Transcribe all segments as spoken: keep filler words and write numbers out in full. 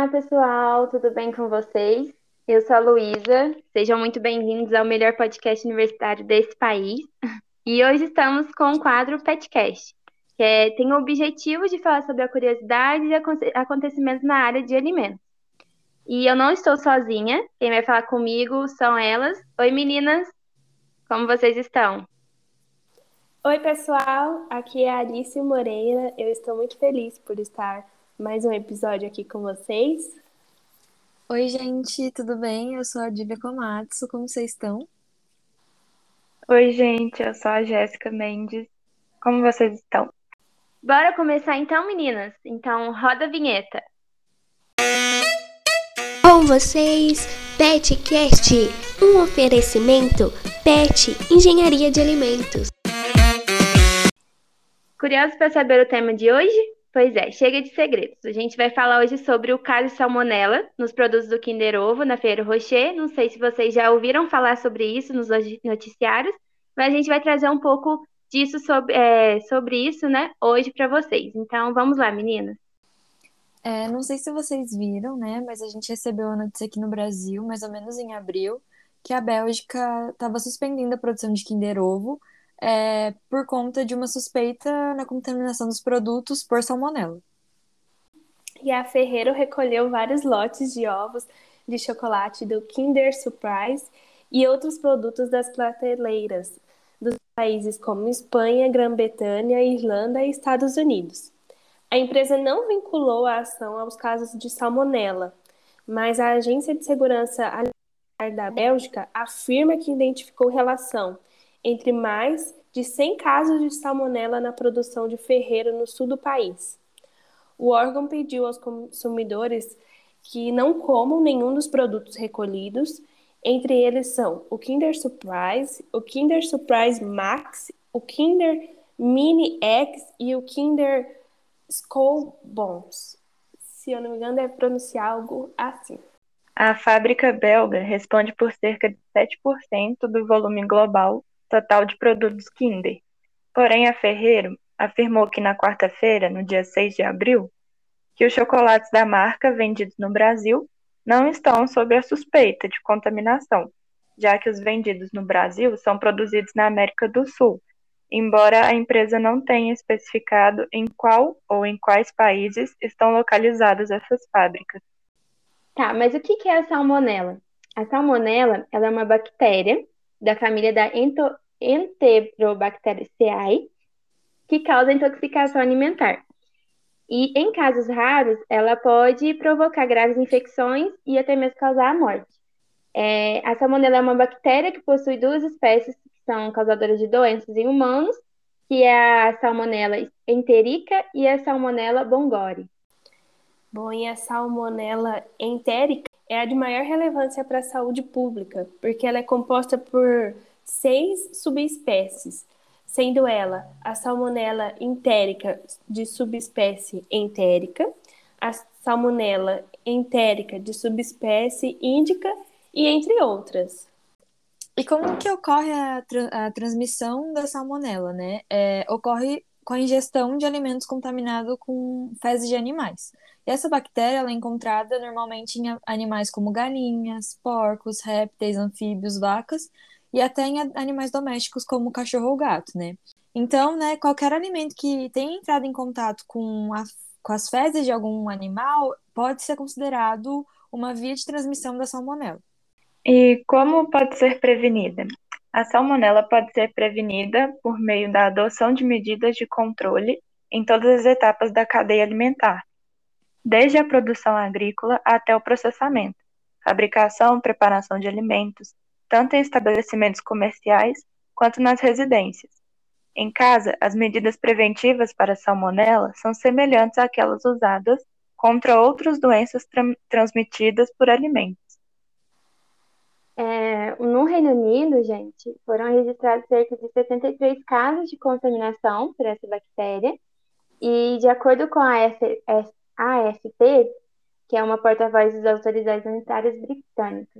Olá, pessoal, tudo bem com vocês? Eu sou a Luísa, sejam muito bem-vindos ao melhor podcast universitário desse país. E hoje estamos com o quadro PetCast, que é- tem o objetivo de falar sobre a curiosidade e aconte- acontecimentos na área de alimentos. E eu não estou sozinha, quem vai falar comigo são elas. Oi, meninas, como vocês estão? Oi, pessoal, aqui é a Alice Moreira. Eu estou muito feliz por estar mais um episódio aqui com vocês. Oi, gente, tudo bem? Eu sou a Dília Komatsu, como vocês estão? Oi, gente, eu sou a Jéssica Mendes. Como vocês estão? Bora começar então, meninas? Então, roda a vinheta. Com vocês, PetCast, um oferecimento Pet Engenharia de Alimentos. Curiosos para saber o tema de hoje? Pois é, chega de segredos. A gente vai falar hoje sobre o caso de salmonela nos produtos do Kinder Ovo na Ferrero Rocher. Não sei se vocês já ouviram falar sobre isso nos noticiários, mas a gente vai trazer um pouco disso sobre, é, sobre isso, né, hoje para vocês. Então, vamos lá, meninas. É, não sei se vocês viram, né, mas a gente recebeu a notícia aqui no Brasil, mais ou menos em abril, que a Bélgica estava suspendendo a produção de Kinder Ovo, é, por conta de uma suspeita na contaminação dos produtos por salmonela. E a Ferrero recolheu vários lotes de ovos de chocolate do Kinder Surprise e outros produtos das prateleiras dos países como Espanha, Grã-Bretanha, Irlanda e Estados Unidos. A empresa não vinculou a ação aos casos de salmonela, mas a Agência de Segurança Alimentar da Bélgica afirma que identificou relação entre mais de cem casos de salmonela na produção de Ferrero no sul do país. O órgão pediu aos consumidores que não comam nenhum dos produtos recolhidos. Entre eles são o Kinder Surprise, o Kinder Surprise Max, o Kinder Mini X e o Kinder Skull Bones. Se eu não me engano, deve pronunciar algo assim. A fábrica belga responde por cerca de sete por cento do volume global total de produtos Kinder. Porém, a Ferrero afirmou que na quarta-feira, no dia seis de abril, que os chocolates da marca vendidos no Brasil não estão sob a suspeita de contaminação, já que os vendidos no Brasil são produzidos na América do Sul, embora a empresa não tenha especificado em qual ou em quais países estão localizadas essas fábricas. Tá, mas o que que é a salmonela? A salmonela, ela é uma bactéria da família da Ento- Enterobacteriaceae que causa intoxicação alimentar. E em casos raros, ela pode provocar graves infecções e até mesmo causar a morte. É, a salmonela é uma bactéria que possui duas espécies que são causadoras de doenças em humanos, que é a salmonela enterica e a salmonela bongori. Bom, e a salmonela entérica é a de maior relevância para a saúde pública, porque ela é composta por seis subespécies, sendo ela a salmonela entérica de subespécie entérica, a salmonela entérica de subespécie índica e entre outras. E como que ocorre a, tra- a transmissão da salmonela, né? É, ocorre com a ingestão de alimentos contaminados com fezes de animais. E essa bactéria ela é encontrada normalmente em a- animais como galinhas, porcos, répteis, anfíbios, vacas e até em a- animais domésticos como cachorro ou gato, né? Então, né, qualquer alimento que tenha entrado em contato com, a- com as fezes de algum animal pode ser considerado uma via de transmissão da salmonela. E como pode ser prevenida? A salmonela pode ser prevenida por meio da adoção de medidas de controle em todas as etapas da cadeia alimentar, desde a produção agrícola até o processamento, fabricação e preparação de alimentos, tanto em estabelecimentos comerciais quanto nas residências. Em casa, as medidas preventivas para a salmonela são semelhantes àquelas usadas contra outras doenças tran- transmitidas por alimentos. É, no Reino Unido, gente, foram registrados cerca de sessenta e três casos de contaminação por essa bactéria, e de acordo com a F- F- A F P, que é uma porta-voz das autoridades sanitárias britânicas.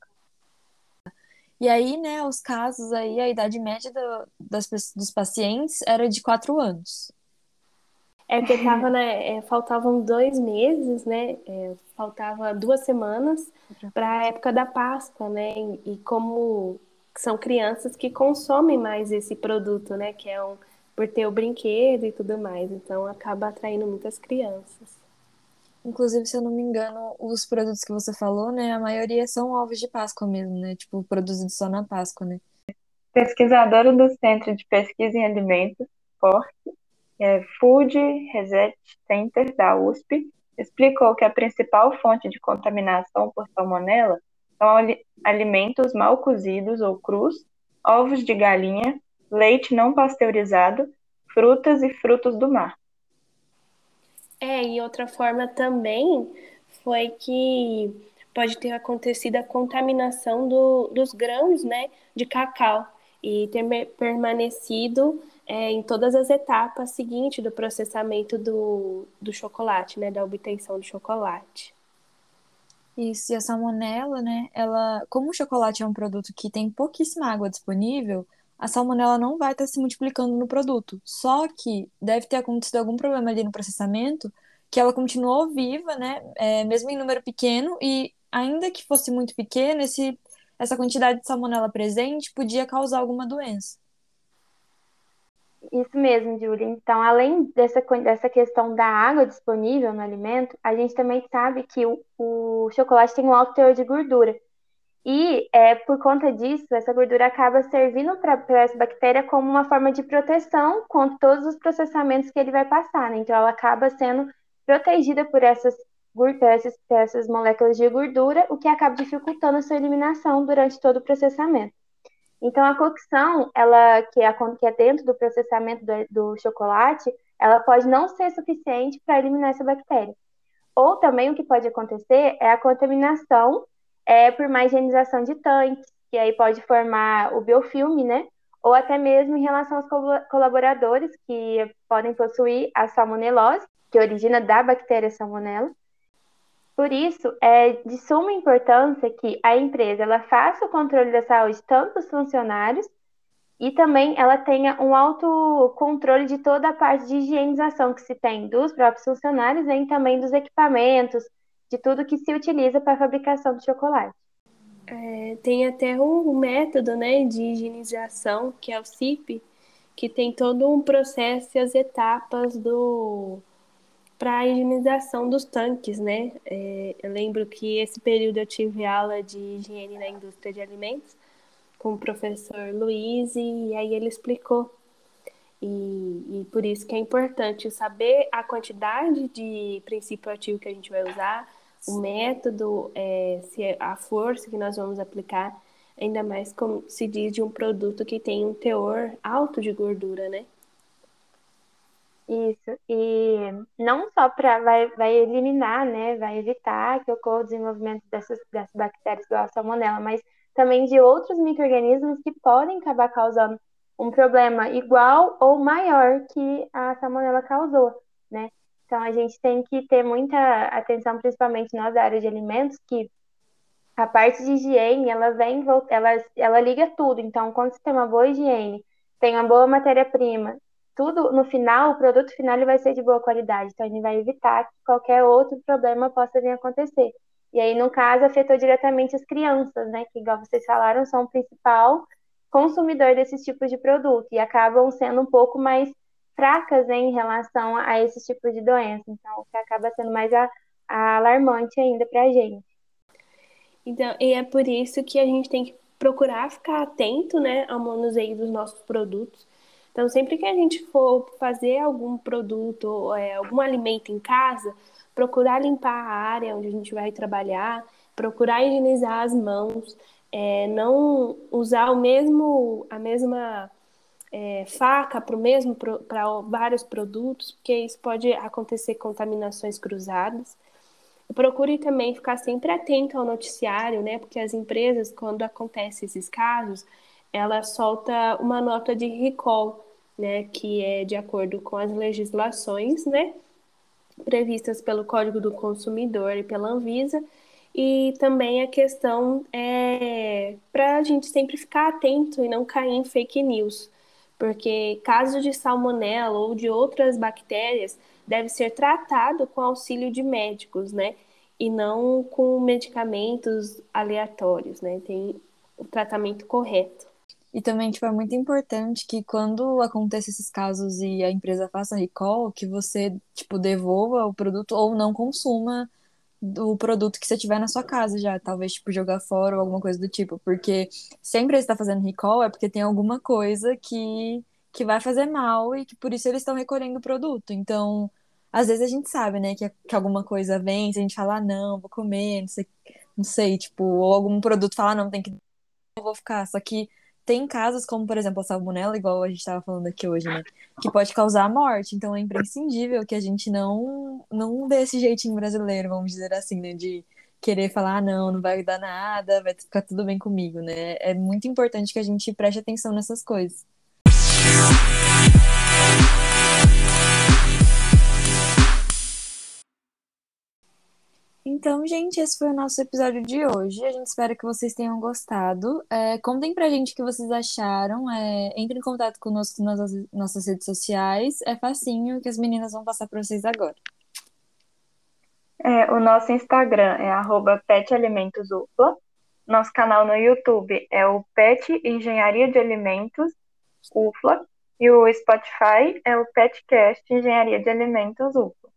E aí, né, os casos aí, a idade média do- das, pe- dos pacientes era de quatro anos. É porque tava, né, é, faltavam dois meses, né? É, faltava duas semanas para a época da Páscoa, né? E, e como são crianças que consomem mais esse produto, né? Que é um por ter o brinquedo e tudo mais. Então acaba atraindo muitas crianças. Inclusive, se eu não me engano, os produtos que você falou, né, a maioria são ovos de Páscoa mesmo, né? Tipo, produzidos só na Páscoa, né? Pesquisadora do Centro de Pesquisa em Alimentos, F O R, é, Food Research Center da U S P, explicou que a principal fonte de contaminação por salmonela são ali- alimentos mal cozidos ou crus, ovos de galinha, leite não pasteurizado, frutas e frutos do mar. É, e outra forma também foi que pode ter acontecido a contaminação do, dos grãos, né, de cacau e ter me- permanecido é, em todas as etapas seguintes do processamento do, do chocolate, né, da obtenção do chocolate. Isso, e a salmonela, né, ela, como o chocolate é um produto que tem pouquíssima água disponível, a salmonela não vai estar se multiplicando no produto. Só que deve ter acontecido algum problema ali no processamento, que ela continuou viva, né, é, mesmo em número pequeno, e ainda que fosse muito pequeno, esse, essa quantidade de salmonela presente podia causar alguma doença. Isso mesmo, Júlia. Então, além dessa, quan- dessa questão da água disponível no alimento, a gente também sabe que o, o chocolate tem um alto teor de gordura. E é, por conta disso, essa gordura acaba servindo para essa bactéria como uma forma de proteção contra todos os processamentos que ele vai passar, né? Então, ela acaba sendo protegida por essas, gur- por essas, por essas moléculas de gordura, o que acaba dificultando a sua eliminação durante todo o processamento. Então, a cocção, ela, que, é, a- que é dentro do processamento do, do chocolate, ela pode não ser suficiente para eliminar essa bactéria. Ou também o que pode acontecer é a contaminação é, por má higienização de tanques, que aí pode formar o biofilme, né? Ou até mesmo em relação aos colo- colaboradores que podem possuir a salmonelose, que origina da bactéria salmonella. Por isso, é de suma importância que a empresa ela faça o controle da saúde tanto dos funcionários e também ela tenha um autocontrole de toda a parte de higienização que se tem dos próprios funcionários, né, e também dos equipamentos, de tudo que se utiliza para a fabricação do chocolate. É, tem até um, um método, né, de higienização, que é o C I P, que tem todo um processo e as etapas do para a higienização dos tanques, né? É, eu lembro que esse período eu tive aula de higiene na indústria de alimentos com o professor Luiz e aí ele explicou. E, e por isso que é importante saber a quantidade de princípio ativo que a gente vai usar, o método, é, se é a força que nós vamos aplicar, ainda mais como se diz de um produto que tem um teor alto de gordura, né? Isso, e não só para vai, vai eliminar, né, vai evitar que ocorra o desenvolvimento dessas, dessas bactérias igual a salmonela, mas também de outros micro-organismos que podem acabar causando um problema igual ou maior que a salmonela causou, né? Então a gente tem que ter muita atenção, principalmente nós da área de alimentos, que a parte de higiene, ela vem, vol- ela, ela liga tudo. Então, quando você tem uma boa higiene, tem uma boa matéria-prima, tudo no final, o produto final ele vai ser de boa qualidade. Então, ele vai evitar que qualquer outro problema possa vir a acontecer. E aí, no caso, afetou diretamente as crianças, né? Que, igual vocês falaram, são o principal consumidor desses tipos de produto e acabam sendo um pouco mais fracas, né, em relação a esses tipos de doença. Então, o que acaba sendo mais a, a alarmante ainda para a gente. Então, e é por isso que a gente tem que procurar ficar atento, né, ao manuseio dos nossos produtos. Então, sempre que a gente for fazer algum produto, é, algum alimento em casa, procurar limpar a área onde a gente vai trabalhar, procurar higienizar as mãos, é, não usar o mesmo, a mesma é, faca para o mesmo para vários produtos, porque isso pode acontecer contaminações cruzadas. Procure também ficar sempre atento ao noticiário, né? Porque as empresas, quando acontecem esses casos, ela solta uma nota de recall, né? Que é de acordo com as legislações, né? Previstas pelo Código do Consumidor e pela Anvisa. E também a questão é para a gente sempre ficar atento e não cair em fake news, porque casos de salmonela ou de outras bactérias deve ser tratado com auxílio de médicos, né? E não com medicamentos aleatórios, né? Tem o tratamento correto. E também, tipo, é muito importante que quando aconteça esses casos e a empresa faça recall, que você, tipo, devolva o produto ou não consuma do produto que você tiver na sua casa já, talvez, tipo, jogar fora ou alguma coisa do tipo, porque sempre eles estão fazendo recall é porque tem alguma coisa que, que vai fazer mal e que por isso eles estão recolhendo o produto. Então, às vezes a gente sabe, né, que, que alguma coisa vem, se a gente falar, ah, não, vou comer, não sei, não sei, tipo, ou algum produto falar, ah, não, tem que, eu vou ficar, só que tem casos como, por exemplo, a salmonela, igual a gente estava falando aqui hoje, né? Que pode causar a morte. Então é imprescindível que a gente não, não dê esse jeitinho brasileiro, vamos dizer assim, né? De querer falar, ah, não, não vai dar nada, vai ficar tudo bem comigo, né? É muito importante que a gente preste atenção nessas coisas. Então, gente, esse foi o nosso episódio de hoje. A gente espera que vocês tenham gostado. É, contem pra gente o que vocês acharam. É, entre em contato conosco nas nossas, nossas redes sociais. É facinho que as meninas vão passar pra vocês agora. É, o nosso Instagram é arroba petalimentosufla. Nosso canal no YouTube é o Pet Engenharia de Alimentos UFLA. E o Spotify é o Petcast Engenharia de Alimentos UFLA.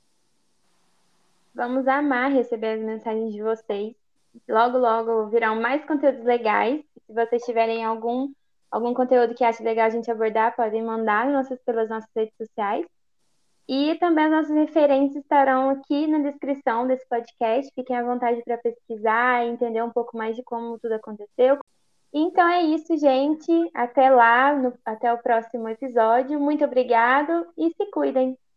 Vamos amar receber as mensagens de vocês. Logo, logo virão mais conteúdos legais. Se vocês tiverem algum, algum conteúdo que achem legal a gente abordar, podem mandar nossas, pelas nossas redes sociais. E também as nossas referências estarão aqui na descrição desse podcast. Fiquem à vontade para pesquisar e entender um pouco mais de como tudo aconteceu. Então é isso, gente. Até lá, no, até o próximo episódio. Muito obrigado e se cuidem.